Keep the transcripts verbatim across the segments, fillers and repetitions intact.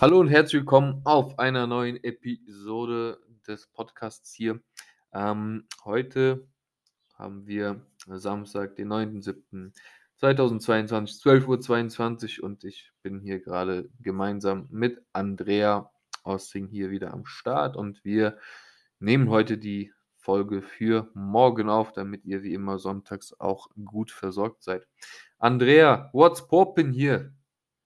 Hallo und herzlich willkommen auf einer neuen Episode des Podcasts hier. Ähm, heute haben wir Samstag, den neunten siebten zweitausendzweiundzwanzig, zwölf Uhr zweiundzwanzig und ich bin hier gerade gemeinsam mit Andrea Ossing hier wieder am Start und wir nehmen heute die Folge für morgen auf, damit ihr wie immer sonntags auch gut versorgt seid. Andrea, what's poppin' hier?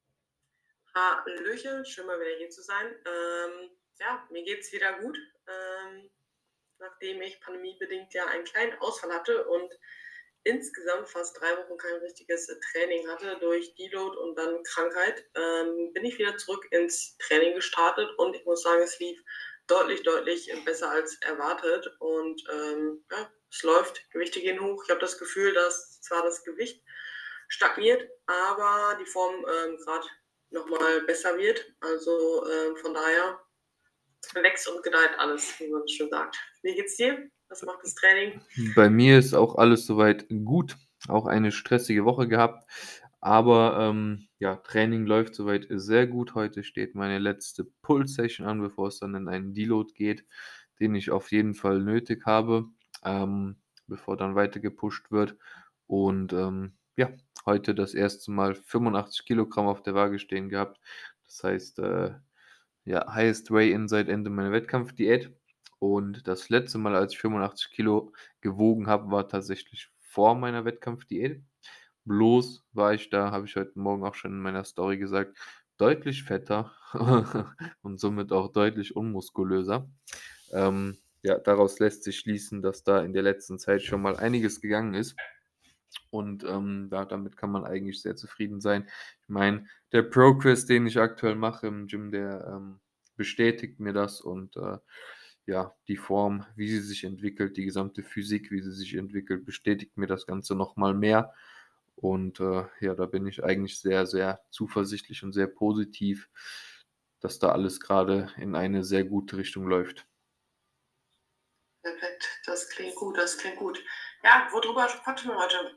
Hallöchen, schön mal wieder hier zu sein. Ähm, ja, mir geht's wieder gut, ähm, nachdem ich pandemiebedingt ja einen kleinen Ausfall hatte und insgesamt fast drei Wochen kein richtiges Training hatte durch Deload und dann Krankheit, ähm, bin ich wieder zurück ins Training gestartet und ich muss sagen, es lief deutlich, deutlich besser als erwartet und ähm, ja, es läuft, Gewichte gehen hoch. Ich habe das Gefühl, dass zwar das Gewicht stagniert, aber die Form ähm, gerade nochmal besser wird. Also ähm, von daher wächst und gedeiht alles, wie man so schön sagt. Wie geht's dir? Was macht das Training? Bei mir ist auch alles soweit gut. Auch eine stressige Woche gehabt, aber, ähm, ja, Training läuft soweit sehr gut. Heute steht meine letzte Pull-Session an, bevor es dann in einen Deload geht, den ich auf jeden Fall nötig habe, ähm, bevor dann weiter gepusht wird. Und, ähm, ja, heute das erste Mal fünfundachtzig Kilogramm auf der Waage stehen gehabt. Das heißt, äh, ja, highest weigh-in seit Ende meiner Wettkampfdiät. Und das letzte Mal, als ich fünfundachtzig Kilo gewogen habe, war tatsächlich vor meiner Wettkampfdiät. Bloß war ich da, habe ich heute Morgen auch schon in meiner Story gesagt, deutlich fetter und somit auch deutlich unmuskulöser. Ähm, ja, daraus lässt sich schließen, dass da in der letzten Zeit schon mal einiges gegangen ist. Und ähm, ja, damit kann man eigentlich sehr zufrieden sein. Ich meine, der Progress, den ich aktuell mache im Gym, der ähm, bestätigt mir das und äh, ja, die Form, wie sie sich entwickelt, die gesamte Physik, wie sie sich entwickelt, bestätigt mir das Ganze nochmal mehr. Und äh, ja, da bin ich eigentlich sehr, sehr zuversichtlich und sehr positiv, dass da alles gerade in eine sehr gute Richtung läuft. Perfekt, das klingt gut, das klingt gut. Ja, worüber quatschen wir heute?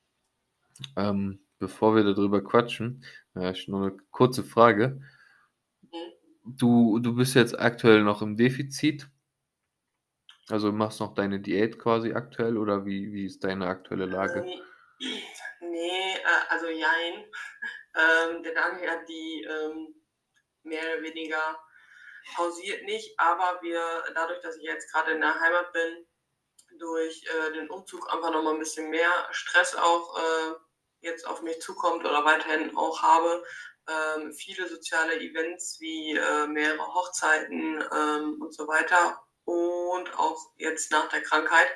Ähm, bevor wir darüber quatschen, äh, ich nur eine kurze Frage. Hm? Du du bist jetzt aktuell noch im Defizit? Also, machst noch deine Diät quasi aktuell oder wie wie ist deine aktuelle Lage? Ähm, nee, äh, also jein. Ähm, der Daniel hat die ähm, mehr oder weniger pausiert nicht, aber wir, dadurch, dass ich jetzt gerade in der Heimat bin, durch äh, den Umzug einfach nochmal ein bisschen mehr Stress auch äh, jetzt auf mich zukommt oder weiterhin auch habe. Ähm, viele soziale Events wie äh, mehrere Hochzeiten ähm, und so weiter. Und auch jetzt nach der Krankheit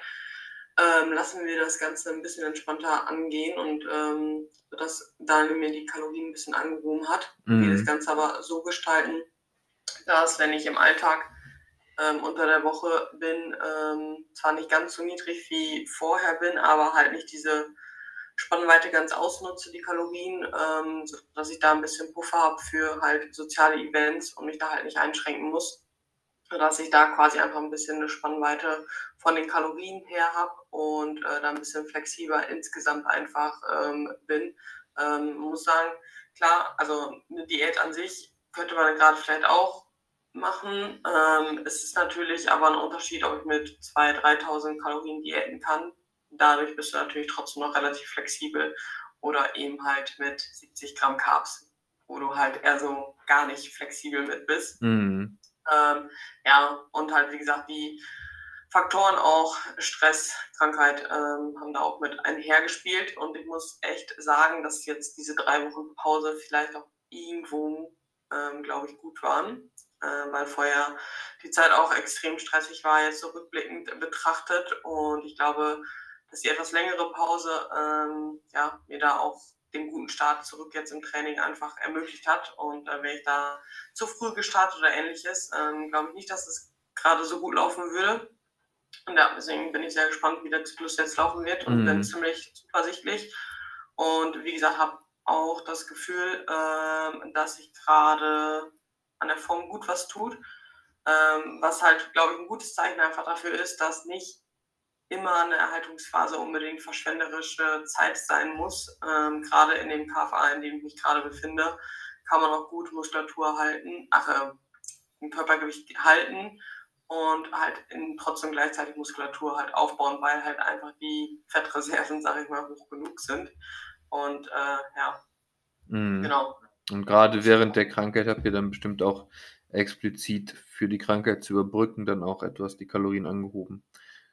ähm, lassen wir das Ganze ein bisschen entspannter angehen und ähm, dass Daniel mir die Kalorien ein bisschen angehoben hat. Wir das Mhm. Ganze aber so gestalten, dass wenn ich im Alltag ähm, unter der Woche bin, ähm, zwar nicht ganz so niedrig wie vorher bin, aber halt nicht diese Spannweite ganz ausnutze, die Kalorien, ähm, dass ich da ein bisschen Puffer habe für halt soziale Events und mich da halt nicht einschränken muss, sodass ich da quasi einfach ein bisschen eine Spannweite von den Kalorien her habe und äh, da ein bisschen flexibler insgesamt einfach ähm, bin. Ähm, muss sagen, klar, also eine Diät an sich könnte man gerade vielleicht auch machen. Ähm, es ist natürlich aber ein Unterschied, ob ich mit zweitausend, dreitausend Kalorien diäten kann. Dadurch bist du natürlich trotzdem noch relativ flexibel oder eben halt mit siebzig Gramm Carbs, wo du halt eher so gar nicht flexibel mit bist. Mhm. Ähm, ja, und halt, wie gesagt, die Faktoren auch Stress, Krankheit ähm, haben da auch mit einhergespielt. Und ich muss echt sagen, dass jetzt diese drei Wochen Pause vielleicht auch irgendwo, ähm, glaube ich, gut waren, äh, weil vorher die Zeit auch extrem stressig war, jetzt so rückblickend betrachtet. Und ich glaube, dass die etwas längere Pause ähm, ja, mir da auch den guten Start zurück jetzt im Training einfach ermöglicht hat. Und äh, wäre ich da zu früh gestartet oder ähnliches, ähm, glaube ich nicht, dass es gerade so gut laufen würde. Und ja, deswegen bin ich sehr gespannt, wie der Zyklus jetzt laufen wird und bin Mhm. ziemlich zuversichtlich. Und wie gesagt, habe auch das Gefühl, ähm, dass sich gerade an der Form gut was tut. Ähm, was halt, glaube ich, ein gutes Zeichen einfach dafür ist, dass nicht immer eine Erhaltungsphase unbedingt verschwenderische Zeit sein muss. Ähm, gerade in dem K V A, in dem ich mich gerade befinde, kann man auch gut Muskulatur halten, ach, äh, ein Körpergewicht halten und halt in, trotzdem gleichzeitig Muskulatur halt aufbauen, weil halt einfach die Fettreserven, sage ich mal, hoch genug sind. Und äh, ja, Mhm. genau. Und gerade während der Krankheit habt ihr dann bestimmt auch explizit für die Krankheit zu überbrücken dann auch etwas die Kalorien angehoben?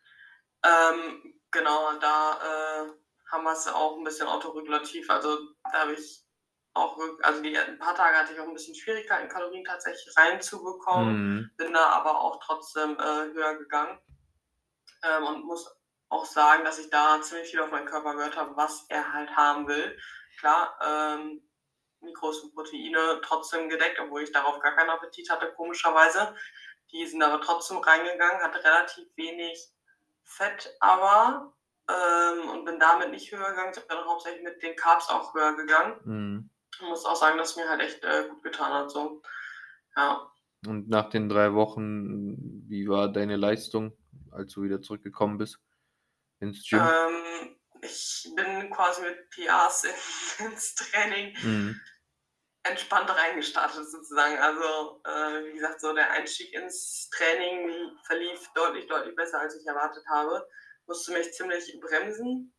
Ähm, genau, da äh, haben wir es auch ein bisschen autoregulativ. Also da habe ich auch, wirk- also die ein paar Tage hatte ich auch ein bisschen Schwierigkeiten, Kalorien tatsächlich reinzubekommen, Mhm. bin da aber auch trotzdem äh, höher gegangen ähm, und muss auch sagen, dass ich da ziemlich viel auf meinen Körper gehört habe, was er halt haben will. Klar, ähm, Mikros und Proteine trotzdem gedeckt, obwohl ich darauf gar keinen Appetit hatte, komischerweise. Die sind aber trotzdem reingegangen, hatte relativ wenig Fett aber ähm, und bin damit nicht höher gegangen, sondern hauptsächlich mit den Carbs auch höher gegangen. Mhm. Ich muss auch sagen, dass es mir halt echt äh, gut getan hat. So. Ja. Und nach den drei Wochen, wie war deine Leistung, als du wieder zurückgekommen bist ins Gym? Ähm, ich bin quasi mit P Rs in, ins Training Mhm. entspannt reingestartet sozusagen. Also äh, wie gesagt, so der Einstieg ins Training verlief deutlich, deutlich besser, als ich erwartet habe. Musste mich ziemlich bremsen.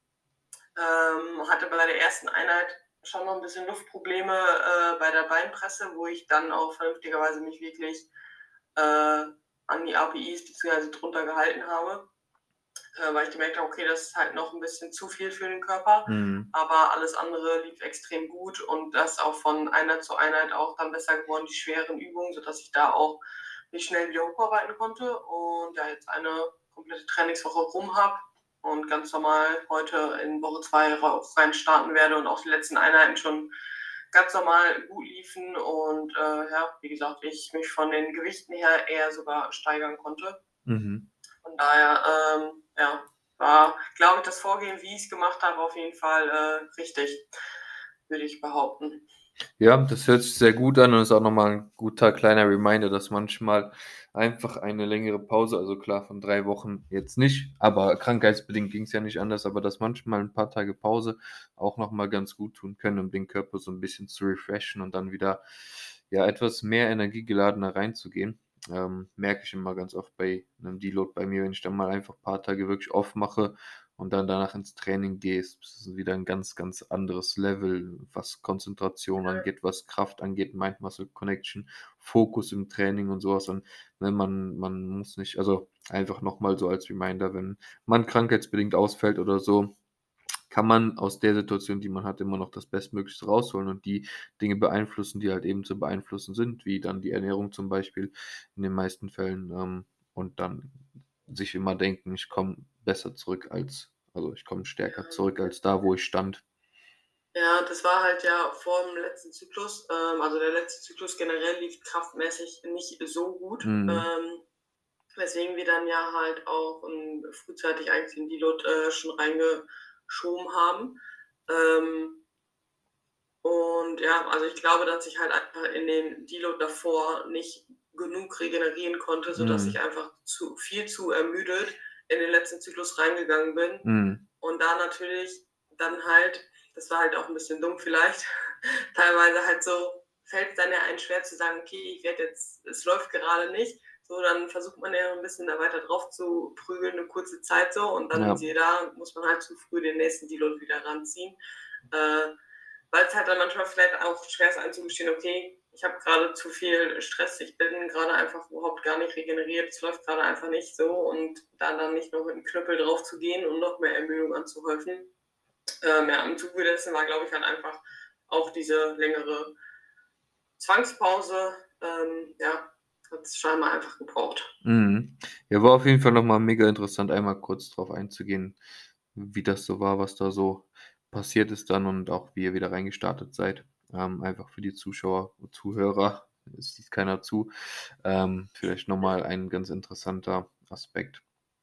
Ähm, hatte bei der ersten Einheit schon noch ein bisschen Luftprobleme äh, bei der Beinpresse, wo ich dann auch vernünftigerweise mich wirklich äh, an die A P Is bzw. drunter gehalten habe, äh, weil ich gemerkt habe, okay, das ist halt noch ein bisschen zu viel für den Körper, Mhm. aber alles andere lief extrem gut und das auch von Einheit zu Einheit auch dann besser geworden, die schweren Übungen, sodass ich da auch mich schnell wieder hocharbeiten konnte und da jetzt eine komplette Trainingswoche rum habe und ganz normal heute in Woche zwei rein starten werde und auch die letzten Einheiten schon ganz normal gut liefen und äh, ja, wie gesagt, ich mich von den Gewichten her eher sogar steigern konnte. Mhm. Von daher, ähm, ja, war, glaube ich, das Vorgehen, wie ich es gemacht habe, auf jeden Fall äh, richtig, würde ich behaupten. Ja, das hört sich sehr gut an und ist auch noch mal 'n guter kleiner Reminder, dass manchmal einfach eine längere Pause, also klar, von drei Wochen jetzt nicht, aber krankheitsbedingt ging's ja nicht anders, aber dass manchmal 'n paar Tage Pause auch noch mal ganz gut tun können, um den Körper so 'n bisschen zu refreshen und dann wieder, ja, etwas mehr energiegeladener reinzugehen. Ähm, merke ich immer ganz oft bei 'nem Deload bei mir, wenn ich dann mal einfach paar Tage wirklich off mache und dann danach ins Training gehst, ist es wieder ein ganz, ganz anderes Level, was Konzentration angeht, was Kraft angeht, Mind-Muscle-Connection, Fokus im Training und sowas. Und, ne, man man muss nicht also, einfach noch mal so als Reminder, wenn man krankheitsbedingt ausfällt oder so, kann man aus der Situation, die man hat, immer noch das Bestmöglichste rausholen und die Dinge beeinflussen, die halt eben zu beeinflussen sind, wie dann die Ernährung zum Beispiel in den meisten Fällen, ähm, und dann sich immer denken: „Ich komme besser zurück als also, ich komme stärker zurück als da, wo ich stand.“ Ja, das war halt ja vor dem letzten Zyklus. Ähm, also der letzte Zyklus generell lief kraftmäßig nicht so gut. Mhm. Ähm, weswegen wir dann ja halt auch ähm, frühzeitig eigentlich den Deload äh, schon reingeschoben haben. Ähm, Und ja, also ich glaube, dass ich halt einfach in dem Deload davor nicht genug regenerieren konnte, sodass ich Mhm. einfach zu viel zu ermüdet in den letzten Zyklus reingegangen bin. Mhm. Und da natürlich dann halt, das war halt auch ein bisschen dumm vielleicht, teilweise halt so, fällt es dann ja einen schwer zu sagen, okay, ich werde jetzt, es läuft gerade nicht. So, dann versucht man ja ein bisschen da weiter drauf zu prügeln, eine kurze Zeit so. Und dann Ja. siehe da, muss man halt zu früh den nächsten Deload wieder ranziehen. Äh, weil es halt dann manchmal vielleicht auch schwer ist einzugestehen, okay, ich habe gerade zu viel Stress, ich bin gerade einfach überhaupt gar nicht regeneriert, es läuft gerade einfach nicht so und dann dann nicht noch mit dem Knüppel drauf zu gehen und noch mehr Ermüdung anzuhäufen. Ähm, ja, im Zuge dessen war, glaube ich, halt einfach auch diese längere Zwangspause, ähm, ja, hat es scheinbar einfach gebraucht. Mhm. Ja, war auf jeden Fall noch mal mega interessant, einmal kurz drauf einzugehen, wie das so war, was da so passiert ist dann und auch wie ihr wieder reingestartet seid. Ähm, einfach für die Zuschauer und Zuhörer, es sieht keiner zu, ähm, vielleicht noch mal ein ganz interessanter Aspekt.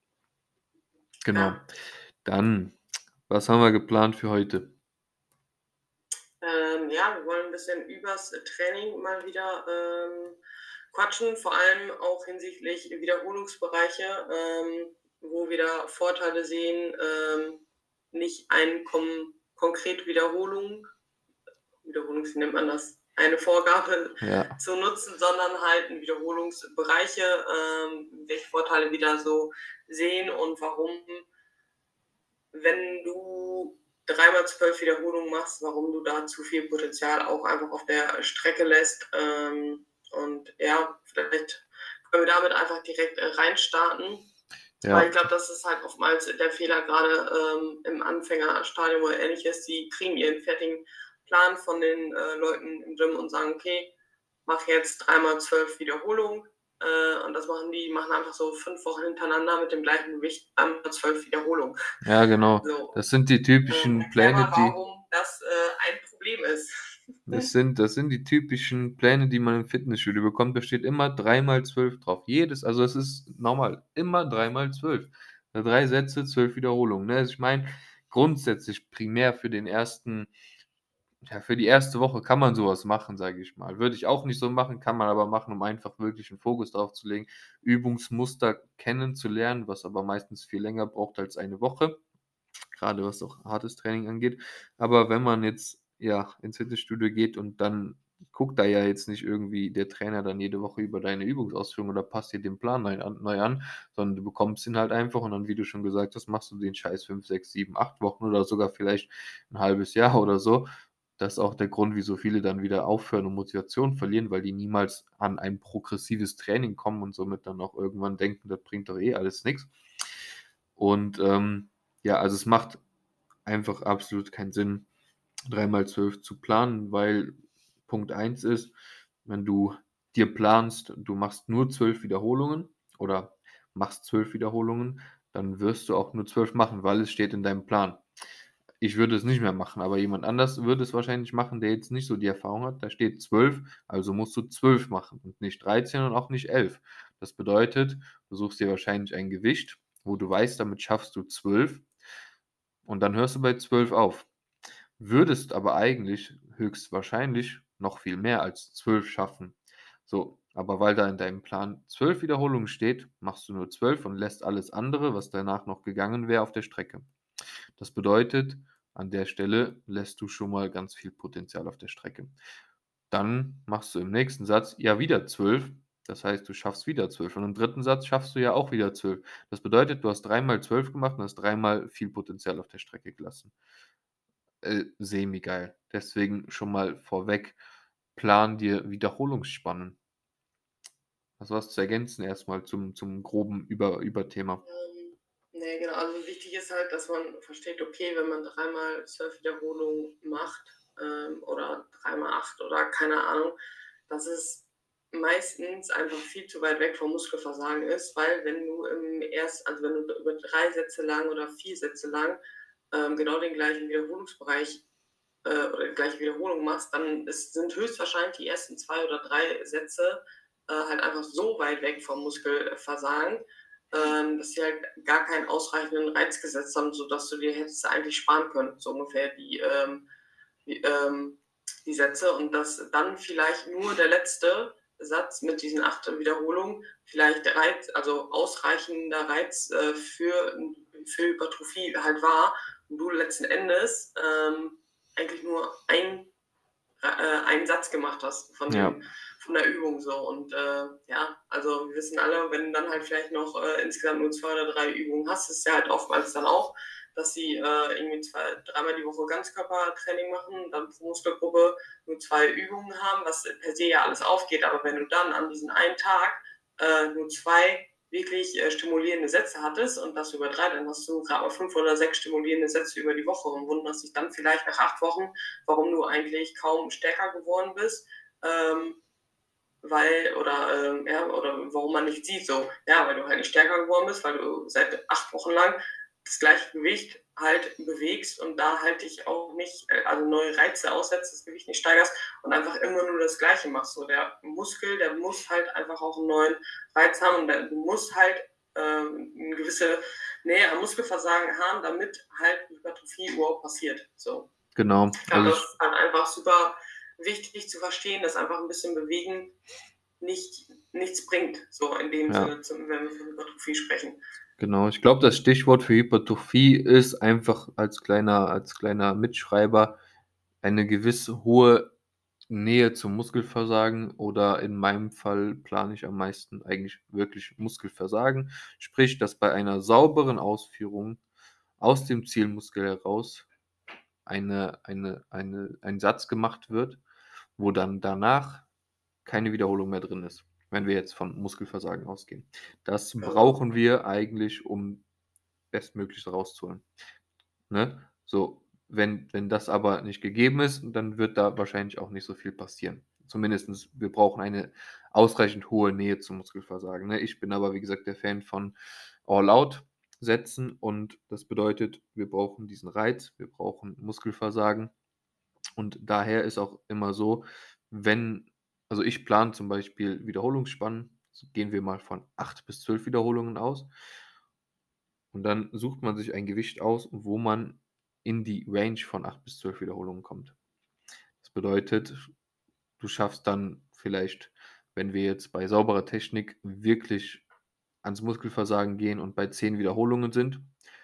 Genau. Ja, Dann, was haben wir geplant für heute? ähm, ja, wir wollen ein bisschen übers Training mal wieder ähm, quatschen, vor allem auch hinsichtlich Wiederholungsbereiche, ähm, wo wir da Vorteile sehen, ähm, nicht ein kom konkret Wiederholung, Wiederholung, wie nennt man das? eine Vorgabe Ja. zu nutzen, sondern halt in Wiederholungsbereiche, ähm, welche Vorteile wir da so sehen und warum, wenn du dreimal zwölf Wiederholungen machst, warum du da zu viel Potenzial auch einfach auf der Strecke lässt. Ähm, und ja, vielleicht können wir damit einfach direkt äh, reinstarten. Ja. Weil ich glaube, das ist halt oftmals der Fehler, gerade ähm, im Anfängerstadium oder ähnliches. Die kriegen ihren fertigen Plan von den äh, Leuten im Gym und sagen, okay, mach jetzt dreimal zwölf Wiederholungen. Äh, und das machen die, machen einfach so fünf Wochen hintereinander mit dem gleichen Gewicht einmal zwölf Wiederholungen. Ja, genau. So. Das sind die typischen Ähm, Pläne, mal, die. warum das äh, ein Problem ist. Das sind, das sind die typischen Pläne, die man im Fitnessstudio bekommt. Da steht immer dreimal zwölf drauf. Jedes, also es ist normal, immer dreimal zwölf. Drei Sätze, zwölf Wiederholungen. Ne? Also ich meine, grundsätzlich primär für den ersten, ja, für die erste Woche kann man sowas machen, sage ich mal. Würde ich auch nicht so machen, kann man aber machen, um einfach wirklich einen Fokus drauf zu legen, Übungsmuster kennenzulernen, was aber meistens viel länger braucht als eine Woche, gerade was auch hartes Training angeht. Aber wenn man jetzt, ja, ins Fitnessstudio geht und dann guckt da ja jetzt nicht irgendwie der Trainer dann jede Woche über deine Übungsausführung oder passt dir den Plan neu an neu an, sondern du bekommst ihn halt einfach und dann, wie du schon gesagt hast, machst du den Scheiß fünf, sechs, sieben, acht Wochen oder sogar vielleicht ein halbes Jahr oder so. Das ist auch der Grund, wieso viele dann wieder aufhören und Motivation verlieren, weil die niemals an ein progressives Training kommen und somit dann auch irgendwann denken, das bringt doch eh alles nix. Und, ähm, ja, also es macht einfach absolut keinen Sinn, dreimal zwölf zu planen, weil Punkt eins ist, wenn du dir planst, du machst nur zwölf Wiederholungen oder machst zwölf Wiederholungen, dann wirst du auch nur zwölf machen, weil es steht in deinem Plan. Ich würde es nicht mehr machen, aber jemand anders würde es wahrscheinlich machen, der jetzt nicht so die Erfahrung hat. Da steht zwölf, also musst du zwölf machen und nicht dreizehn und auch nicht elf. Das bedeutet, du suchst dir wahrscheinlich ein Gewicht, wo du weißt, damit schaffst du zwölf und dann hörst du bei zwölf auf. Würdest aber eigentlich höchstwahrscheinlich noch viel mehr als zwölf schaffen. So, aber weil da in deinem Plan zwölf Wiederholungen steht, machst du nur zwölf und lässt alles andere, was danach noch gegangen wäre, auf der Strecke. Das bedeutet, an der Stelle lässt du schon mal ganz viel Potenzial auf der Strecke. Dann machst du im nächsten Satz ja wieder zwölf. Das heißt, du schaffst wieder zwölf. Und im dritten Satz schaffst du ja auch wieder zwölf. Das bedeutet, du hast dreimal zwölf gemacht und hast dreimal viel Potenzial auf der Strecke gelassen. Äh, semi-geil. Deswegen schon mal vorweg, plan dir Wiederholungsspannen. Hast du was zu ergänzen erstmal zum, zum groben Über Überthema? Ähm, ne, genau. Also wichtig ist halt, dass man versteht, okay, wenn man dreimal zwölf Wiederholungen macht ähm, oder dreimal acht oder keine Ahnung, dass es meistens einfach viel zu weit weg vom Muskelversagen ist, weil wenn du im erst, also wenn du über drei Sätze lang oder vier Sätze lang ähm, genau den gleichen Wiederholungsbereich äh, oder die gleiche Wiederholung machst, dann ist, sind höchstwahrscheinlich die ersten zwei oder drei Sätze äh, halt einfach so weit weg vom Muskelversagen, ähm, dass sie halt gar keinen ausreichenden Reiz gesetzt haben, sodass du dir hättest eigentlich sparen können, so ungefähr die, ähm, die, ähm, die Sätze. Und dass dann vielleicht nur der letzte Satz mit diesen acht Wiederholungen vielleicht Reiz, also ausreichender Reiz äh, für, für Hypertrophie halt war und du letzten Endes ähm, eigentlich nur ein, äh, einen Satz gemacht hast von, Ja. dem, von der Übung so. Und äh, ja, also wir wissen alle, wenn du dann halt vielleicht noch äh, insgesamt nur zwei oder drei Übungen hast, ist ja halt oftmals dann auch, dass sie äh, irgendwie zwei, dreimal die Woche Ganzkörpertraining machen, dann pro Muskelgruppe nur zwei Übungen haben, was per se ja alles aufgeht. Aber wenn du dann an diesem einen Tag äh, nur zwei wirklich äh, stimulierende Sätze hattest und das über drei, dann hast du gerade mal fünf oder sechs stimulierende Sätze über die Woche und wunderst dich dann vielleicht nach acht Wochen, warum du eigentlich kaum stärker geworden bist. Ähm, weil, oder, äh, ja, oder warum man nicht sieht, so, ja, weil du halt nicht stärker geworden bist, weil du seit acht Wochen lang das gleiche Gewicht halt bewegst und da halt dich auch nicht, also neue Reize aussetzt, das Gewicht nicht steigerst und einfach immer nur das Gleiche machst. So, der Muskel, der muss halt einfach auch einen neuen Reiz haben und du musst halt ähm, eine gewisse Nähe am Muskelversagen haben, damit halt Hypertrophie überhaupt passiert. So. Genau. Ich glaube, Also das ist dann einfach super wichtig zu verstehen, dass einfach ein bisschen Bewegen nicht, nichts bringt, so in dem Ja. Sinne, zum, wenn wir von Hypertrophie sprechen. Genau, ich glaube, das Stichwort für Hypertrophie ist einfach als kleiner, als kleiner Mitschreiber eine gewisse hohe Nähe zum Muskelversagen oder in meinem Fall plane ich am meisten eigentlich wirklich Muskelversagen. Sprich, dass bei einer sauberen Ausführung aus dem Zielmuskel heraus eine eine eine ein Satz gemacht wird, wo dann danach keine Wiederholung mehr drin ist, wenn wir jetzt von Muskelversagen ausgehen. Das Genau. brauchen wir eigentlich, um Bestmögliches rauszuholen, ne? So, wenn wenn das aber nicht gegeben ist, dann wird da wahrscheinlich auch nicht so viel passieren. Zumindestens wir brauchen eine ausreichend hohe Nähe zum Muskelversagen, ne? Ich bin aber, wie gesagt, der Fan von All-Out-Sätzen und das bedeutet, wir brauchen diesen Reiz, wir brauchen Muskelversagen und daher ist auch immer so, wenn also, ich plane zum Beispiel Wiederholungsspannen, gehen wir mal von acht bis zwölf Wiederholungen aus und dann sucht man sich ein Gewicht aus, wo man in die Range von acht bis zwölf Wiederholungen kommt. Das bedeutet, du schaffst dann vielleicht, wenn wir jetzt bei sauberer Technik wirklich ans Muskelversagen gehen und bei zehn Wiederholungen sind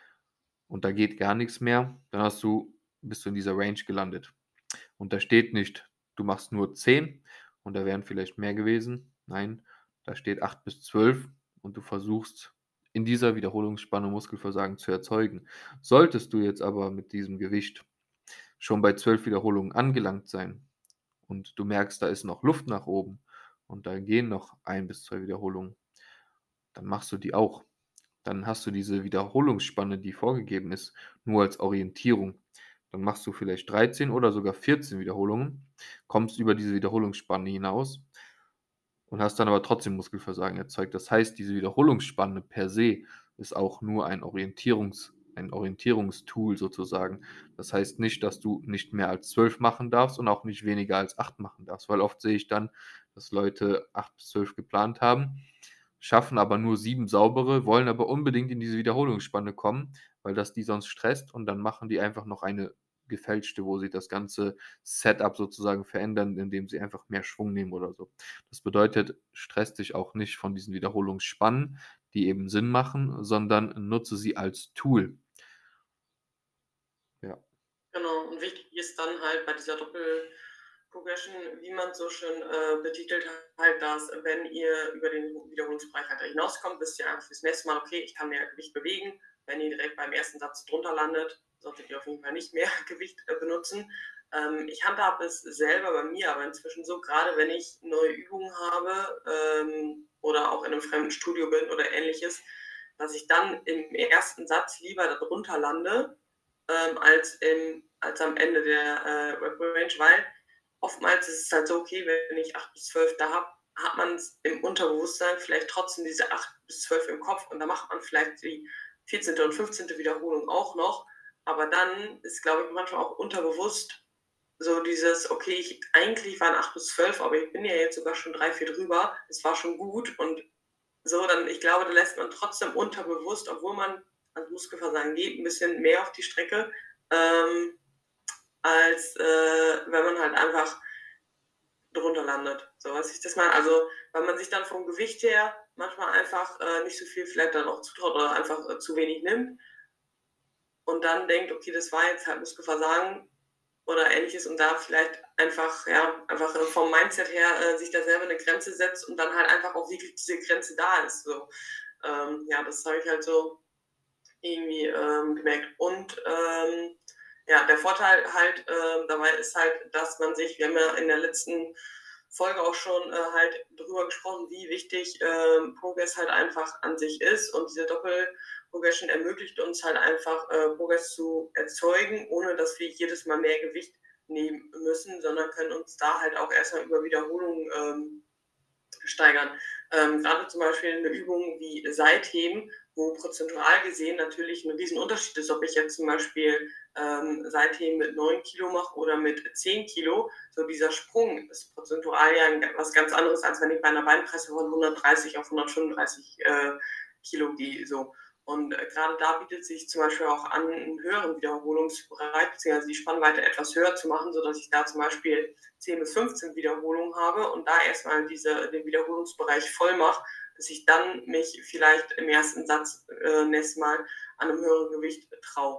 und da geht gar nichts mehr, dann hast du bist du in dieser Range gelandet. Und da steht nicht, du machst nur zehn und da wären vielleicht mehr gewesen. Nein, da steht acht bis zwölf und du versuchst in dieser Wiederholungsspanne Muskelversagen zu erzeugen. Solltest du jetzt aber mit diesem Gewicht schon bei zwölf Wiederholungen angelangt sein und du merkst, da ist noch Luft nach oben und da gehen noch ein bis zwei Wiederholungen, dann machst du die auch. Dann hast du diese Wiederholungsspanne, die vorgegeben ist, nur als Orientierung. Dann machst du vielleicht dreizehn oder sogar vierzehn Wiederholungen, kommst über diese Wiederholungsspanne hinaus und hast dann aber trotzdem Muskelversagen erzeugt. Das heißt, diese Wiederholungsspanne per se ist auch nur ein Orientierungs ein Orientierungstool sozusagen. Das heißt nicht, dass du nicht mehr als zwölf machen darfst und auch nicht weniger als acht machen darfst, weil oft sehe ich dann, dass Leute acht bis zwölf geplant haben, schaffen aber nur sieben saubere, wollen aber unbedingt in diese Wiederholungsspanne kommen, weil das die sonst stresst und dann machen die einfach noch eine gefälschte, wo sie das ganze Setup sozusagen verändern, indem sie einfach mehr Schwung nehmen oder so. Das bedeutet, stresst dich auch nicht von diesen Wiederholungsspannen, die eben Sinn machen, sondern nutze sie als Tool. Ja. Genau, und wichtig ist dann halt bei dieser Doppel-Progression, wie man's so schön, äh, betitelt halt, dass wenn ihr über den Wiederholungsbereich halt hinauskommt, wisst ihr einfach fürs nächste Mal: „Okay, ich kann mehr Gewicht bewegen.“ Wenn ihr direkt beim ersten Satz drunter landet, solltet ihr auf jeden Fall nicht mehr Gewicht, äh, benutzen. Ähm, ich handhabe es selber bei mir aber inzwischen so, grade wenn ich neue Übungen habe, ähm, oder auch in 'nem fremden Studio bin oder Ähnliches, dass ich dann im ersten Satz lieber da drunter lande, ähm, als im als am Ende der, äh, Rep-Range, weil oftmals ist es halt so, okay, wenn ich acht bis zwölf da habe, hat man's im Unterbewusstsein vielleicht trotzdem diese acht bis zwölf im Kopf und dann macht man vielleicht die vierzehnte und fünfzehnte Wiederholung auch noch. Aber dann ist, glaube ich, manchmal auch unterbewusst so dieses: „Okay, ich eigentlich waren acht bis zwölf, aber ich bin ja jetzt sogar schon drei, vier drüber. Es war schon gut.“ Und so dann ich glaube, da lässt man trotzdem unterbewusst, obwohl man ans Muskelversagen geht, 'n bisschen mehr auf die Strecke, ähm, als, äh, wenn man halt einfach drunter landet. So, weißt du, wie ich das meine? Also, weil man sich dann vom Gewicht her manchmal einfach, äh, nicht so viel vielleicht dann auch zutraut oder einfach, äh, zu wenig nimmt und dann denkt: „Okay, das war jetzt halt Muskelversagen“ oder Ähnliches und da vielleicht einfach ja, einfach, äh, vom Mindset her, äh, sich da selber 'ne Grenze setzt und dann halt einfach auch wirklich diese Grenze da ist so. Ähm, ja, das habe ich halt so irgendwie, ähm, gemerkt. Und, ähm, ja, der Vorteil halt, ähm, dabei ist halt, dass man sich wir haben ja in der letzten Folge auch schon, äh, halt drüber gesprochen, wie wichtig, ähm, Progress halt einfach an sich ist und diese Doppel-Progression ermöglicht uns halt einfach, äh, Progress zu erzeugen, ohne dass wir jedes Mal mehr Gewicht nehmen müssen, sondern können uns da halt auch erst mal über Wiederholungen, ähm, steigern. Ähm, grade zum Beispiel 'ne Übung wie Seitheben, wo prozentual gesehen natürlich 'n Riesenunterschied ist, ob ich jetzt zum Beispiel, ähm, Seitheben mit neun Kilo mache oder mit zehn Kilo. So dieser Sprung ist prozentual ja 'n was ganz anderes, als wenn ich bei 'ner Beinpresse von hundertdreißig auf hundertfünfunddreißig, äh, Kilo gehe, so. Und, äh, grade da bietet sich zum Beispiel auch an, 'n höheren Wiederholungsbereich beziehungsweise die Spannweite etwas höher zu machen, sodass ich da zum Beispiel zehn bis fünfzehn Wiederholungen habe und da erst mal diese den Wiederholungsbereich voll mache, dass ich dann mich vielleicht im ersten Satz, äh, nächstes Mal an 'nem höheren Gewicht traue.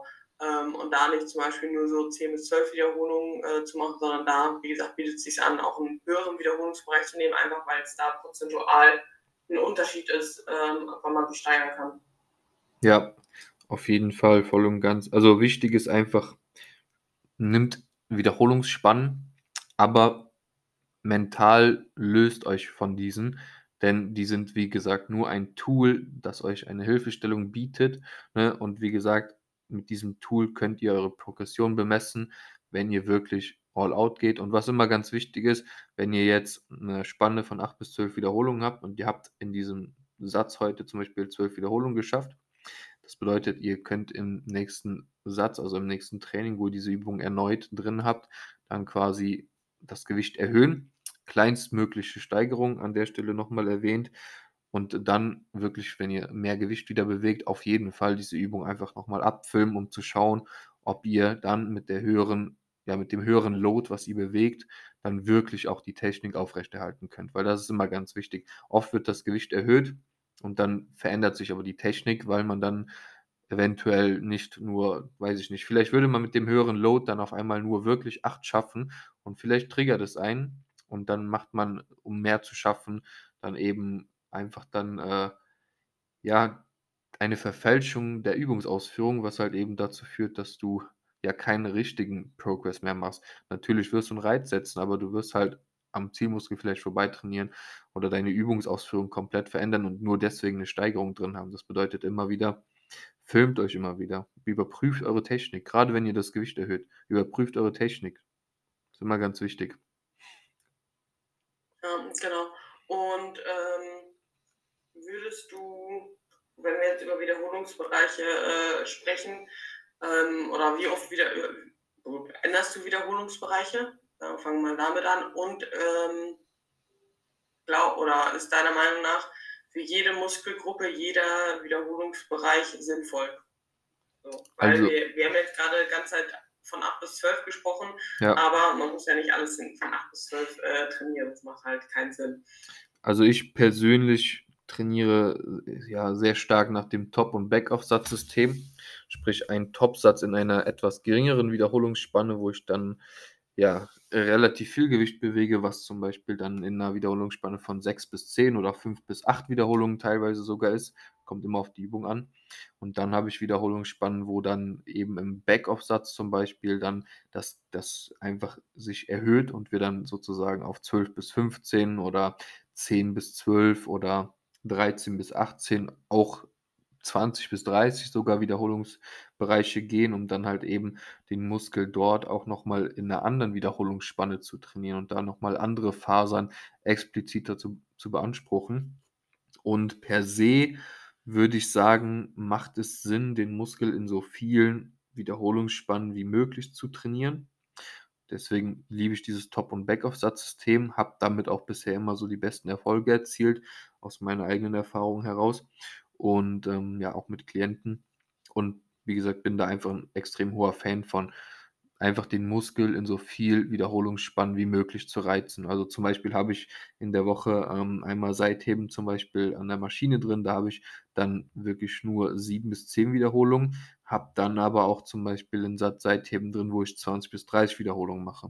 ähm, und da nicht zum Beispiel nur so zehn bis zwölf Wiederholungen äh, zu machen, sondern da, wie gesagt, bietet es sich an, auch einen höheren Wiederholungsbereich zu nehmen, einfach weil es da prozentual ein Unterschied ist, ähm, wann man sich steigern kann. Ja, auf jeden Fall, voll und ganz. Also wichtig ist einfach, nimmt Wiederholungsspannen, aber mental löst euch von diesen, denn die sind, wie gesagt, nur ein Tool, das euch eine Hilfestellung bietet, ne? Und wie gesagt, mit diesem Tool könnt ihr eure Progression bemessen, wenn ihr wirklich all out geht. Und was immer ganz wichtig ist, wenn ihr jetzt eine Spanne von acht bis zwölf Wiederholungen habt und ihr habt in diesem Satz heute zum Beispiel zwölf Wiederholungen geschafft. Das bedeutet, ihr könnt im nächsten Satz, also im nächsten Training, wo ihr diese Übung erneut drin habt, dann quasi das Gewicht erhöhen. Kleinstmögliche Steigerung an der Stelle nochmal erwähnt. Und dann wirklich, wenn ihr mehr Gewicht wieder bewegt, auf jeden Fall diese Übung einfach nochmal abfilmen, um zu schauen, ob ihr dann mit der höheren, ja, mit dem höheren Load, was ihr bewegt, dann wirklich auch die Technik aufrechterhalten könnt. Weil das ist immer ganz wichtig. Oft wird das Gewicht erhöht und dann verändert sich aber die Technik, weil man dann eventuell nicht nur, weiß ich nicht, vielleicht würde man mit dem höheren Load dann auf einmal nur wirklich acht schaffen und vielleicht triggert es einen und dann macht man, um mehr zu schaffen, dann eben einfach dann, äh, ja, eine Verfälschung der Übungsausführung, was halt eben dazu führt, dass du ja keinen richtigen Progress mehr machst. Natürlich wirst du 'n Reiz setzen, aber du wirst halt am Zielmuskel vielleicht vorbei trainieren oder deine Übungsausführung komplett verändern und nur deswegen 'ne Steigerung drin haben. Das bedeutet immer wieder, filmt euch immer wieder, überprüft eure Technik, grade wenn ihr das Gewicht erhöht. Überprüft eure Technik. Ist immer ganz wichtig. Ja, genau. Und ähm, würdest du, wenn wir jetzt über Wiederholungsbereiche äh, sprechen, ähm, oder wie oft wieder äh, änderst du Wiederholungsbereiche? Ja, fangen wir mal damit an. Und ähm, glaub, oder ist deiner Meinung nach für jede Muskelgruppe jeder Wiederholungsbereich sinnvoll? So, weil Also wir, wir haben jetzt gerade die ganze Zeit von acht bis zwölf gesprochen, ja, aber man muss ja nicht alles in, von acht bis zwölf äh, trainieren. Das macht halt keinen Sinn. also ich persönlich trainiere, äh, ja, sehr stark nach dem Top und Back-Off-Satzsystem. Sprich, ein Topsatz in einer etwas geringeren Wiederholungsspanne, wo ich dann, ja, relativ viel Gewicht bewege, was zum Beispiel dann in 'ner Wiederholungsspanne von sechs bis zehn oder fünf bis acht Wiederholungen teilweise sogar ist. Kommt immer auf die Übung an. Und dann habe ich Wiederholungsspannen, wo dann eben im Back-Off-Satz zum Beispiel dann das das einfach sich erhöht und wir dann sozusagen auf zwölf bis fünfzehn oder zehn bis zwölf oder dreizehn bis achtzehn, auch zwanzig bis dreißig sogar Wiederholungsbereiche gehen, um dann halt eben den Muskel dort auch noch mal in 'ner anderen Wiederholungsspanne zu trainieren und da noch mal andere Fasern expliziter zu zu beanspruchen. Und per se würde ich sagen, macht es Sinn, den Muskel in so vielen Wiederholungsspannen wie möglich zu trainieren. Deswegen liebe ich dieses Top und Back-Off-Satzsystem, habe damit auch bisher immer so die besten Erfolge erzielt, aus meiner eigenen Erfahrung heraus und, ähm, ja, auch mit Klienten. Und wie gesagt, bin da einfach 'n extrem hoher Fan von, einfach den Muskel in so viel Wiederholungsspannen wie möglich zu reizen. Also, zum Beispiel habe ich in der Woche, ähm, einmal Seitheben zum Beispiel an der Maschine drin, da habe ich dann wirklich nur sieben bis zehn Wiederholungen, habe dann aber auch zum Beispiel 'n Satz Seitheben drin, wo ich zwanzig bis dreißig Wiederholungen mache.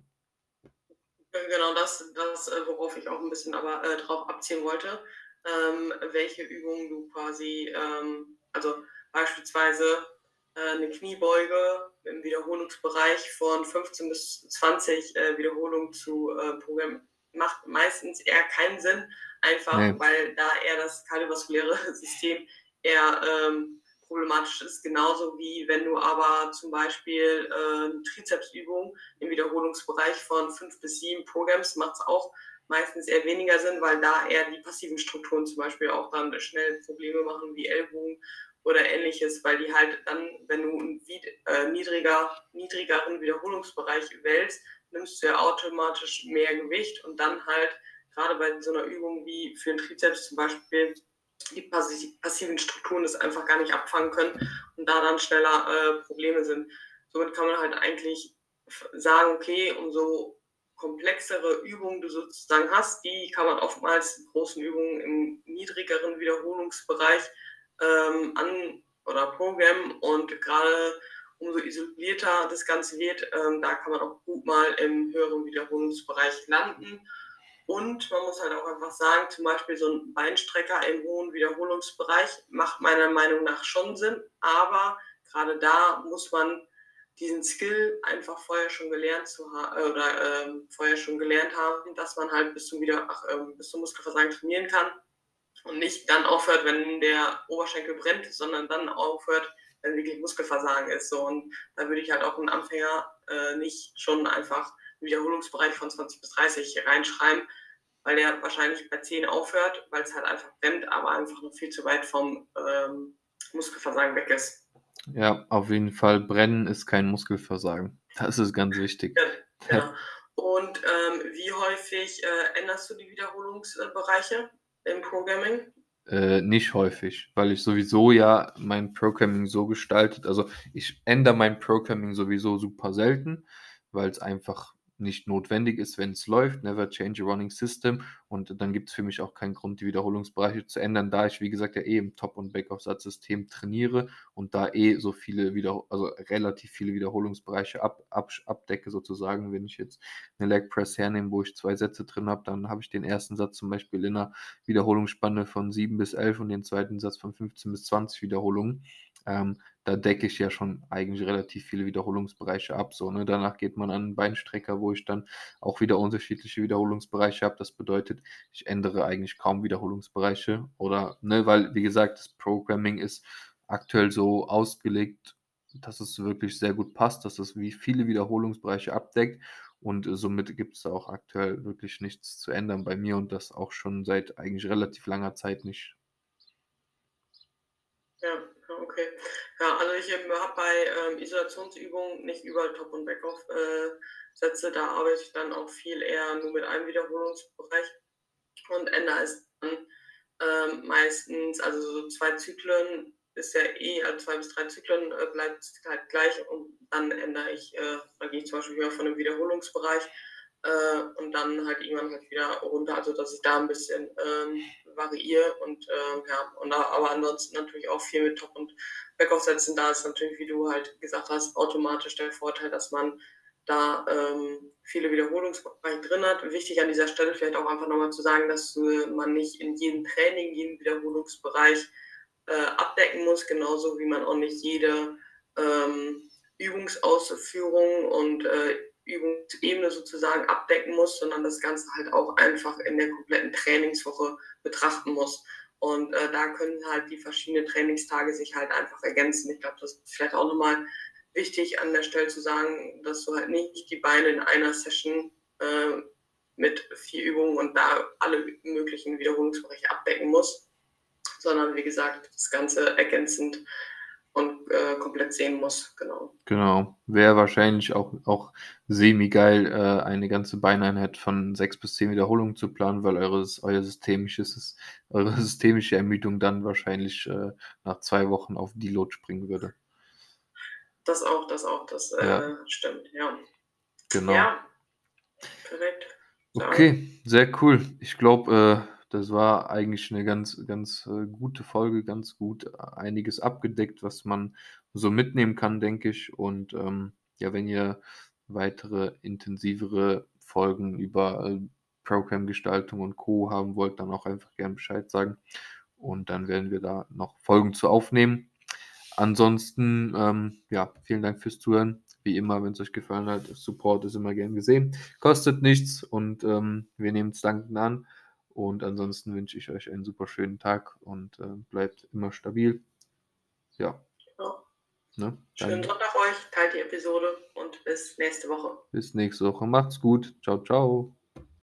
Äh, Genau das, das äh, worauf ich auch ein bisschen aber äh, drauf abzielen wollte, ähm, welche Übungen du quasi, ähm, also beispielsweise äh, eine Kniebeuge im Wiederholungsbereich von fünfzehn bis zwanzig äh, Wiederholungen zu äh, programmieren, macht meistens eher keinen Sinn, einfach Ne, weil da eher das kardiovaskuläre System eher ähm, problematisch ist, genauso wie wenn du aber zum Beispiel äh, Trizepsübungen im Wiederholungsbereich von fünf bis sieben Programms macht es auch meistens eher weniger Sinn, weil da eher die passiven Strukturen zum Beispiel auch dann schnell Probleme machen, wie Ellbogen oder ähnliches, weil die halt dann, wenn du einen äh, niedriger, niedrigeren Wiederholungsbereich wählst, nimmst du ja automatisch mehr Gewicht und dann halt gerade bei so einer Übung wie für den Trizeps zum Beispiel die passiven Strukturen das einfach gar nicht abfangen können und da dann schneller äh, Probleme sind. Somit kann man halt eigentlich sagen, okay, umso komplexere Übungen du sozusagen hast, die kann man oftmals in großen Übungen im niedrigeren Wiederholungsbereich ähm, an oder programmen und gerade umso isolierter das Ganze wird. Ähm, da kann man auch gut mal im höheren Wiederholungsbereich landen. Und man muss halt auch einfach sagen, zum Beispiel so ein Beinstrecker im hohen Wiederholungsbereich macht meiner Meinung nach schon Sinn, aber gerade da muss man diesen Skill einfach vorher schon gelernt zu haben oder ähm, vorher schon gelernt haben, dass man halt bis zum wieder ach, ähm, bis zum Muskelversagen trainieren kann und nicht dann aufhört, wenn der Oberschenkel brennt, sondern dann aufhört, wenn wirklich Muskelversagen ist. So. Und da würde ich halt auch einen Anfänger äh, nicht schon einfach einen Wiederholungsbereich von zwanzig bis dreißig reinschreiben, weil der wahrscheinlich bei zehn aufhört, weil es halt einfach brennt, aber einfach noch viel zu weit vom ähm, Muskelversagen weg ist. Ja, auf jeden Fall. Brennen ist kein Muskelversagen. Das ist ganz wichtig. Ja, genau. Und ähm, wie häufig äh, änderst du die Wiederholungsbereiche im Programming? Äh, nicht häufig, weil ich sowieso ja mein Programming so gestaltet, also ich ändere mein Programming sowieso super selten, weil es einfach nicht notwendig ist, wenn es läuft. Never change a running system. Und dann gibt es für mich auch keinen Grund, die Wiederholungsbereiche zu ändern, da ich, wie gesagt, ja eh im Top- und Backoff-Satzsystem trainiere und da eh so viele wieder, also relativ viele Wiederholungsbereiche ab, ab, abdecke sozusagen. Wenn ich jetzt eine Leg Press hernehme, wo ich zwei Sätze drin habe, dann habe ich den ersten Satz zum Beispiel in einer Wiederholungsspanne von sieben bis elf und den zweiten Satz von fünfzehn bis zwanzig Wiederholungen. Ähm, da decke ich ja schon eigentlich relativ viele Wiederholungsbereiche ab. So, ne? Danach geht man an einen Beinstrecker, wo ich dann auch wieder unterschiedliche Wiederholungsbereiche habe. Das bedeutet, ich ändere eigentlich kaum Wiederholungsbereiche. Oder, ne, weil, wie gesagt, das Programming ist aktuell so ausgelegt, dass es wirklich sehr gut passt, dass es wie viele Wiederholungsbereiche abdeckt. Und äh, somit gibt es auch aktuell wirklich nichts zu ändern bei mir und das auch schon seit eigentlich relativ langer Zeit nicht. Ja, ja, okay. Ja, also ich ähm, habe bei ähm, Isolationsübungen nicht überall Top- und Backoff-Sätze. Da arbeite ich dann auch viel eher nur mit einem Wiederholungsbereich und ändere es dann ähm, meistens, also so zwei Zyklen ist ja eh, also zwei bis drei Zyklen äh, bleibt es halt gleich und dann ändere ich, äh, da gehe ich zum Beispiel wieder von dem Wiederholungsbereich äh, und dann halt irgendwann halt wieder runter, also dass ich da ein bisschen ähm, variiere und äh, ja, und da, aber ansonsten natürlich auch viel mit Top- und Backoff-Sätzen. Da ist natürlich, wie du halt gesagt hast, automatisch der Vorteil, dass man da ähm, viele Wiederholungsbereiche drin hat. Wichtig an dieser Stelle vielleicht auch einfach nochmal zu sagen, dass äh, man nicht in jedem Training jeden Wiederholungsbereich äh, abdecken muss, genauso wie man auch nicht jede ähm, Übungsausführung und äh, Übungsebene sozusagen abdecken muss, sondern das Ganze halt auch einfach in der kompletten Trainingswoche betrachten muss. Und äh, da können halt die verschiedenen Trainingstage sich halt einfach ergänzen. Ich glaube, das ist vielleicht auch nochmal wichtig an der Stelle zu sagen, dass du halt nicht die Beine in einer Session äh, mit vier Übungen und da alle möglichen Wiederholungsbereiche abdecken musst, sondern wie gesagt, das Ganze ergänzend und äh, komplett sehen muss. Genau. Genau. Wäre wahrscheinlich auch, auch semi-geil, äh, eine ganze Beineinheit von sechs bis zehn Wiederholungen zu planen, weil eures, euer systemisches, eure systemische Ermüdung dann wahrscheinlich äh, nach zwei Wochen auf Deload springen würde. Das auch, das auch, das Ja, äh, stimmt, ja. genau. Ja, perfekt. Dann, Okay, sehr cool. Ich glaube, äh, das war eigentlich eine ganz, ganz äh, gute Folge, ganz gut äh, einiges abgedeckt, was man so mitnehmen kann, denke ich. Und ähm, ja, wenn ihr weitere intensivere Folgen über äh, Programmgestaltung und Co. haben wollt, dann auch einfach gern Bescheid sagen. Und dann werden wir da noch Folgen zu aufnehmen. Ansonsten, ähm, ja, vielen Dank fürs Zuhören. Wie immer, wenn es euch gefallen hat, Support ist immer gern gesehen. Kostet nichts und ähm, wir nehmen es dankend an. Und ansonsten wünsche ich euch einen super schönen Tag und äh, bleibt immer stabil. Ja, ja. ne? Schönen Dann Sonntag euch, teilt die Episode und bis nächste Woche. bis nächste Woche. Macht's gut. Ciao, ciao.